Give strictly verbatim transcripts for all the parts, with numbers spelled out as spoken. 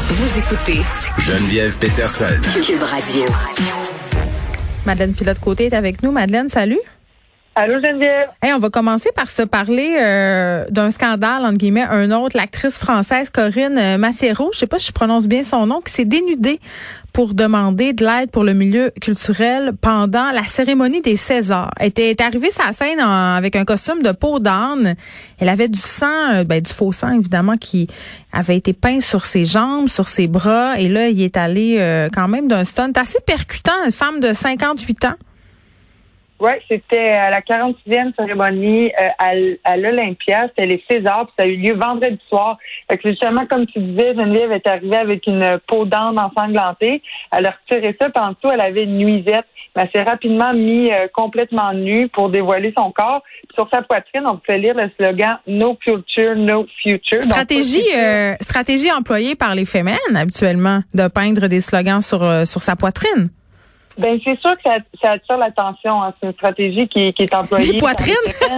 Vous écoutez Geneviève Peterson. Cube Radio. Madeleine Pilote-Côté est avec nous. Madeleine, salut. Allô Geneviève. Hey, on va commencer par se parler euh, d'un scandale, entre guillemets, un autre, l'actrice française Corinne Massero, je sais pas si je prononce bien son nom, qui s'est dénudée pour demander de l'aide pour le milieu culturel pendant la cérémonie des Césars. Elle était est arrivée sur la scène en, avec un costume de peau d'âne. Elle avait du sang, euh, ben, du faux sang évidemment, qui avait été peint sur ses jambes, sur ses bras. Et là, il est allé euh, quand même d'un stunt assez percutant, une femme de cinquante-huit ans. Oui, c'était à la quarante-sixième cérémonie euh, à, à l'Olympia. C'était les Césars, puis ça a eu lieu vendredi soir. Fait que justement, comme tu disais, Geneviève est arrivée avec une peau d'âne ensanglantée. Elle a retiré ça, puis en dessous, elle avait une nuisette. Mais elle s'est rapidement mis euh, complètement nue pour dévoiler son corps. Puis sur sa poitrine, on pouvait lire le slogan « No culture, no future ». Stratégie, Donc, euh, stratégie employée par les féminines, habituellement, de peindre des slogans sur, euh, sur sa poitrine. Ben c'est sûr que ça, ça attire l'attention. Hein. C'est une stratégie qui, qui est employée. Les poitrines.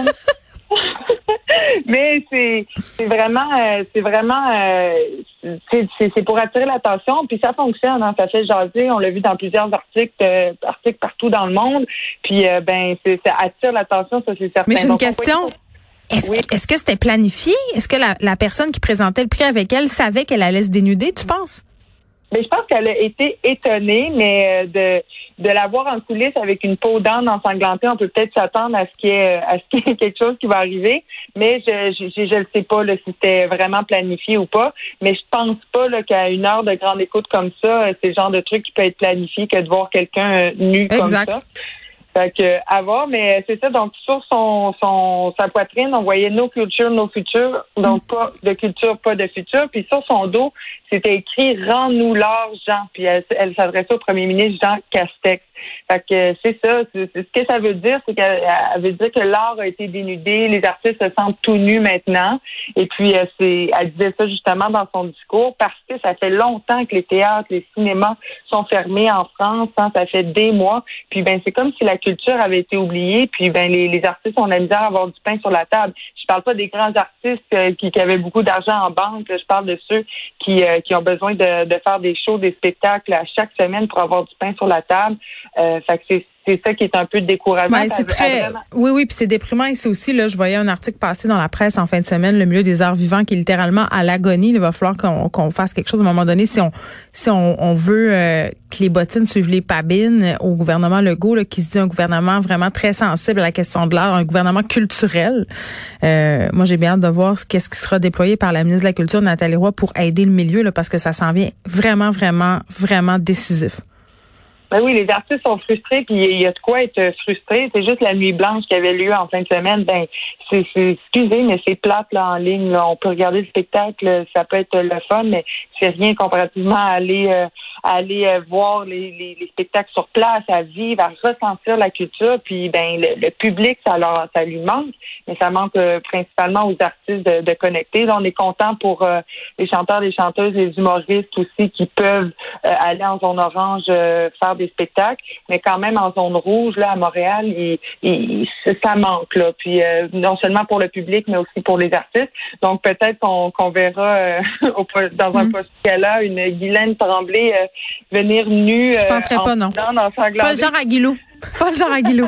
Mais c'est c'est vraiment euh, c'est vraiment euh, c'est, c'est c'est pour attirer l'attention, puis ça fonctionne. Hein. Ça fait jaser. On l'a vu dans plusieurs articles euh, articles partout dans le monde. Puis euh, ben c'est, ça attire l'attention, ça c'est certain. Mais j'ai une Donc, question. Est-ce, oui. est-ce que c'était planifié? Est-ce que la, la personne qui présentait le prix avec elle savait qu'elle allait se dénuder, tu penses? Mais je pense qu'elle a été étonnée, mais de de la voir en coulisses avec une peau d'âne ensanglantée, on peut peut-être s'attendre à ce qu'il y ait à ce qu'il y ait quelque chose qui va arriver. Mais je je je ne sais pas là, si c'était vraiment planifié ou pas. Mais je pense pas là, qu'à une heure de grande écoute comme ça, c'est le genre de truc qui peut être planifié que de voir quelqu'un euh, nu exact. Comme ça. Fait que, à voir, mais c'est ça. Donc, sur son, son, sa poitrine, on voyait no culture, no future. Donc, pas de culture, pas de futur. Puis sur son dos, c'était écrit rends-nous l'or, Jean. Puis elle, elle s'adressait au premier ministre Jean Castex. Fait que c'est ça. C'est, c'est, ce que ça veut dire, c'est qu'elle elle veut dire que l'art a été dénudé, les artistes se sentent tout nus maintenant. Et puis, euh, c'est, elle disait ça justement dans son discours parce que ça fait longtemps que les théâtres, les cinémas sont fermés en France. Hein, ça fait des mois. Puis, ben, c'est comme si la culture avait été oubliée. Puis, ben, les, les artistes ont la misère à avoir du pain sur la table. Je parle pas des grands artistes euh, qui, qui avaient beaucoup d'argent en banque. Là. Je parle de ceux qui, euh, qui ont besoin de, de faire des shows, des spectacles à chaque semaine pour avoir du pain sur la table. Euh, fait que c'est, c'est ça qui est un peu décourageant. Ouais, c'est très, vraiment... Oui, oui, puis c'est déprimant ici aussi. Là, je voyais un article passer dans la presse en fin de semaine, le milieu des arts vivants qui est littéralement à l'agonie. Il va falloir qu'on, qu'on fasse quelque chose à un moment donné si on si on, on veut euh, que les bottines suivent les babines au gouvernement Legault, là, qui se dit un gouvernement vraiment très sensible à la question de l'art, un gouvernement culturel. Euh, moi, j'ai bien hâte de voir qu'est-ce qui sera déployé par la ministre de la Culture, Nathalie Roy, pour aider le milieu, là, parce que ça s'en vient vraiment, vraiment, vraiment décisif. Ben oui, les artistes sont frustrés, puis il y a de quoi être frustré. C'est juste la nuit blanche qui avait lieu en fin de semaine. Ben, c'est, c'est excusez, mais c'est plate là en ligne. Là. On peut regarder le spectacle, ça peut être le fun, mais c'est rien comparativement à aller euh, à aller euh, voir les, les, les spectacles sur place, à vivre, à ressentir la culture. Puis ben le, le public, ça leur ça lui manque, mais ça manque euh, principalement aux artistes de, de connecter. Là, on est content pour euh, les chanteurs, les chanteuses, les humoristes aussi qui peuvent euh, aller en zone orange euh, faire des spectacles, mais quand même en zone rouge, là, à Montréal, il, il, ça manque, là. Puis, euh, non seulement pour le public, mais aussi pour les artistes. Donc, peut-être qu'on, qu'on verra euh, au, dans un mmh. post-gala une Guylaine Tremblay euh, venir nue. Je penserais euh, pas, non. Dans, dans pas le genre à Guilou. Pas le genre à Guilou.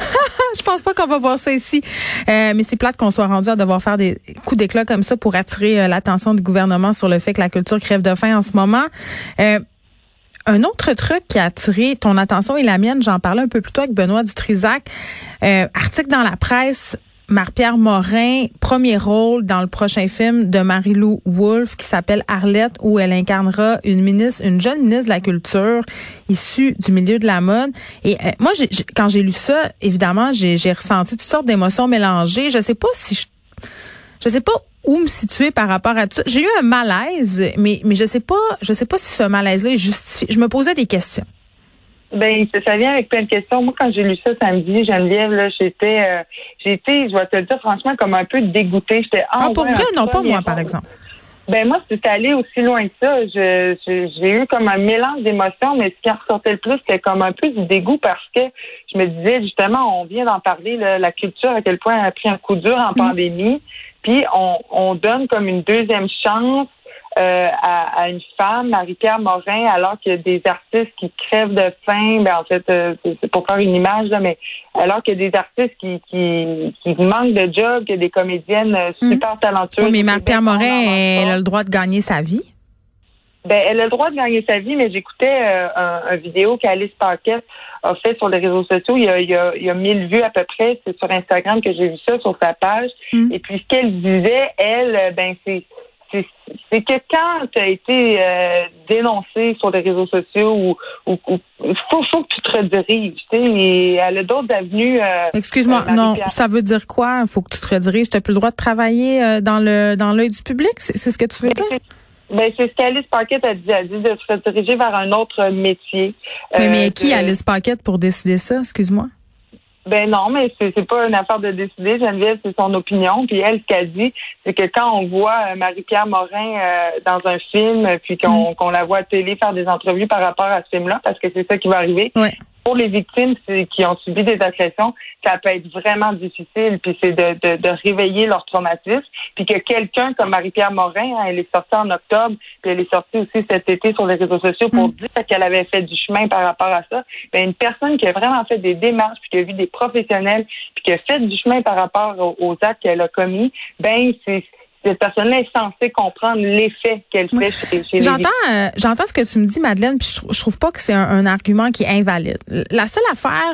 Je pense pas qu'on va voir ça ici. Euh, mais c'est plate qu'on soit rendu à devoir faire des coups d'éclat comme ça pour attirer euh, l'attention du gouvernement sur le fait que la culture crève de faim en ce moment. Euh, Un autre truc qui a attiré ton attention et la mienne, j'en parlais un peu plus tôt avec Benoît Dutrisac, euh, article dans la presse, Marie-Pierre Morin, premier rôle dans le prochain film de Marie-Lou Wolfe qui s'appelle Arlette, où elle incarnera une ministre, une jeune ministre de la Culture issue du milieu de la mode. Et euh, moi, j'ai, j'ai, quand j'ai lu ça, évidemment, j'ai, j'ai ressenti toutes sortes d'émotions mélangées. Je sais pas si je, je sais pas où me situer par rapport à tout ça. J'ai eu un malaise, mais mais je sais pas, je sais pas si ce malaise-là est justifié. Je me posais des questions. Ben, ça, ça vient avec plein de questions. Moi, quand j'ai lu ça samedi, Geneviève, là, j'étais, euh, j'étais, je vais te le dire franchement, comme un peu dégoûtée. J'étais, ah, ah pour ouais, vrai, non, pas moi, par exemple. Ben, moi, c'est allé aussi loin que ça. Je, je, j'ai eu comme un mélange d'émotions, mais ce qui en ressortait le plus, c'était comme un peu du dégoût parce que je me disais, justement, on vient d'en parler, là, la culture, à quel point elle a pris un coup dur en mmh. pandémie. Puis, on, on donne comme une deuxième chance euh, à, à une femme, Marie-Pierre Morin, alors qu'il y a des artistes qui crèvent de faim, ben en fait, euh, c'est pour faire une image, là, mais alors qu'il y a des artistes qui, qui, qui manquent de job, qu'il y a des comédiennes super mmh. talentueuses. Oui, mais Marie-Pierre Morin, elle a le droit de gagner sa vie. Ben, elle a le droit de gagner sa vie, mais j'écoutais euh, un, un vidéo qu'Alice Paquette a fait sur les réseaux sociaux. Il y a, il y a, il y a mille vues à peu près. C'est sur Instagram que j'ai vu ça, sur sa page. Mm. Et puis, ce qu'elle disait, elle, ben, c'est, c'est, c'est que quand tu as été euh, dénoncé sur les réseaux sociaux, ou, ou, ou faut, faut que tu te rediriges, tu sais, et elle a d'autres avenues. Euh, Excuse-moi, euh, non, ça veut dire quoi? Faut que tu te rediriges. Tu n'as plus le droit de travailler euh, dans le dans l'œil du public? C'est, c'est ce que tu veux dire? Ben, c'est ce qu'Alice Paquette a dit. Elle a dit de se rediriger vers un autre métier. Mais, mais euh, qui, de... Alice Paquette, pour décider ça? Excuse-moi. Ben non, mais c'est, c'est pas une affaire de décider. Geneviève, c'est son opinion. Puis elle, ce qu'elle dit, c'est que quand on voit Marie-Pierre Morin euh, dans un film, puis qu'on, mm. qu'on la voit à télé faire des entrevues par rapport à ce film-là, parce que c'est ça qui va arriver. Ouais. Pour les victimes qui ont subi des agressions, ça peut être vraiment difficile, puis c'est de, de, de réveiller leur traumatisme, puis que quelqu'un comme Marie-Pierre Morin, hein, elle est sortie en octobre, puis elle est sortie aussi cet été sur les réseaux sociaux pour mmh. dire qu'elle avait fait du chemin par rapport à ça. Bien, une personne qui a vraiment fait des démarches, puis qui a vu des professionnels, puis qui a fait du chemin par rapport aux, aux actes qu'elle a commis, ben c'est cette personne-là est censée comprendre l'effet qu'elle fait chez, chez j'entends, les euh, j'entends ce que tu me dis, Madeleine, puis je, trou- je trouve pas que c'est un, un argument qui est invalide. La seule affaire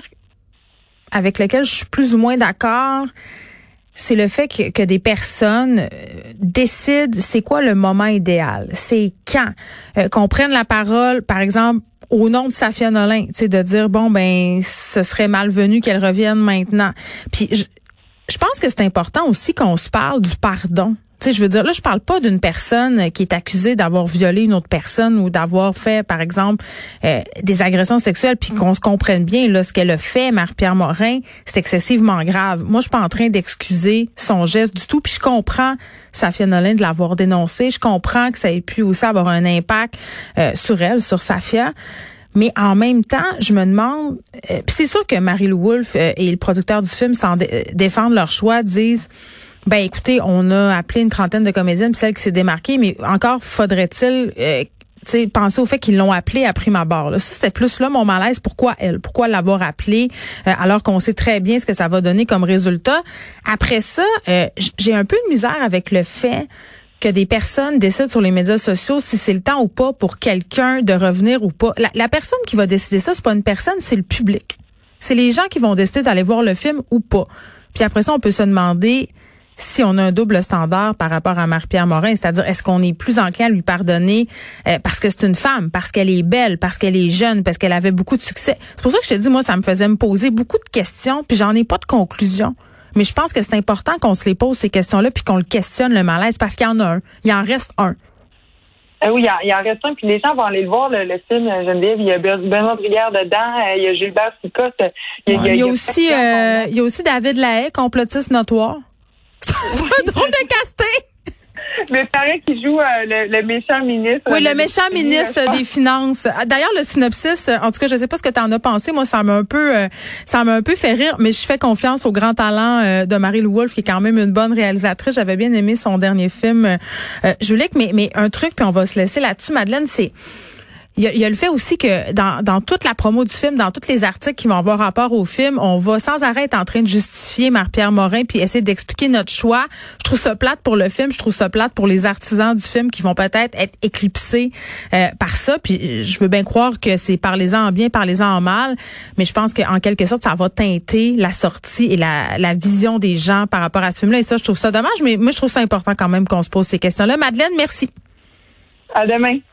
avec laquelle je suis plus ou moins d'accord, c'est le fait que, que des personnes euh, décident c'est quoi le moment idéal, c'est quand euh, qu'on prenne la parole, par exemple, au nom de Safia Nolin, tu sais, de dire bon ben ce serait malvenu qu'elle revienne maintenant. Puis je, je pense que c'est important aussi qu'on se parle du pardon. Tu sais, je veux dire, là, je parle pas d'une personne qui est accusée d'avoir violé une autre personne ou d'avoir fait, par exemple, euh, des agressions sexuelles, puis qu'on se comprenne bien, là, ce qu'elle a fait, Marie-Pierre Morin, c'est excessivement grave. Moi, je suis pas en train d'excuser son geste du tout, puis je comprends Safia Nolin de l'avoir dénoncé. Je comprends que ça ait pu aussi avoir un impact euh, sur elle, sur Safia. Mais en même temps, je me demande, euh, puis c'est sûr que Marie-Lou Wolfe euh, et le producteur du film, sans dé- défendre leur choix, disent ben écoutez, on a appelé une trentaine de comédiennes, puis celle qui s'est démarquée, mais encore faudrait-il euh, tu sais, penser au fait qu'ils l'ont appelée à prime abord. Là. Ça, c'était plus là mon malaise. Pourquoi elle? Pourquoi l'avoir appelée euh, alors qu'on sait très bien ce que ça va donner comme résultat? Après ça, euh, j'ai un peu de misère avec le fait que des personnes décident sur les médias sociaux si c'est le temps ou pas pour quelqu'un de revenir ou pas. La, la personne qui va décider ça, c'est pas une personne, c'est le public. C'est les gens qui vont décider d'aller voir le film ou pas. Puis après ça, on peut se demander si on a un double standard par rapport à Marie-Pierre Morin, c'est-à-dire est-ce qu'on est plus enclin à lui pardonner euh, parce que c'est une femme, parce qu'elle est belle, parce qu'elle est jeune, parce qu'elle avait beaucoup de succès. C'est pour ça que je te dis, moi, ça me faisait me poser beaucoup de questions, puis j'en ai pas de conclusion. Mais je pense que c'est important qu'on se les pose, ces questions-là, puis qu'on le questionne, le malaise, parce qu'il y en a un. Il en reste un. Euh, oui, il y, il en reste un, puis les gens vont aller le voir, le, le film Geneviève. Il y a Benoît Brière dedans, euh, il y a Gilbert Sicotte. Il y a, ouais, il y a, il y a aussi, euh, il y a aussi David Lahaye, complotiste notoire. C'est un drôle de casting. Mais paraît qu'il joue euh, le, le méchant ministre. Oui, le méchant ministre des Finances. D'ailleurs, le synopsis, en tout cas, je sais pas ce que tu en as pensé. Moi, ça m'a un peu, euh, ça m'a un peu fait rire, mais je fais confiance au grand talent euh, de Marie-Lou Wolfe, qui est quand même une bonne réalisatrice. J'avais bien aimé son dernier film, euh, Juliette. Mais, mais un truc, puis on va se laisser là-dessus, Madeleine, c'est Il y, a, il y a le fait aussi que dans, dans toute la promo du film, dans tous les articles qui vont avoir rapport au film, on va sans arrêt être en train de justifier Marie-Pierre Morin puis essayer d'expliquer notre choix. Je trouve ça plate pour le film, je trouve ça plate pour les artisans du film qui vont peut-être être éclipsés euh, par ça. Puis je veux bien croire que c'est parlez-en en bien, parlez-en en mal, mais je pense qu'en quelque sorte, ça va teinter la sortie et la, la vision des gens par rapport à ce film-là. Et ça, je trouve ça dommage, mais moi, je trouve ça important quand même qu'on se pose ces questions-là. Madeleine, merci. À demain.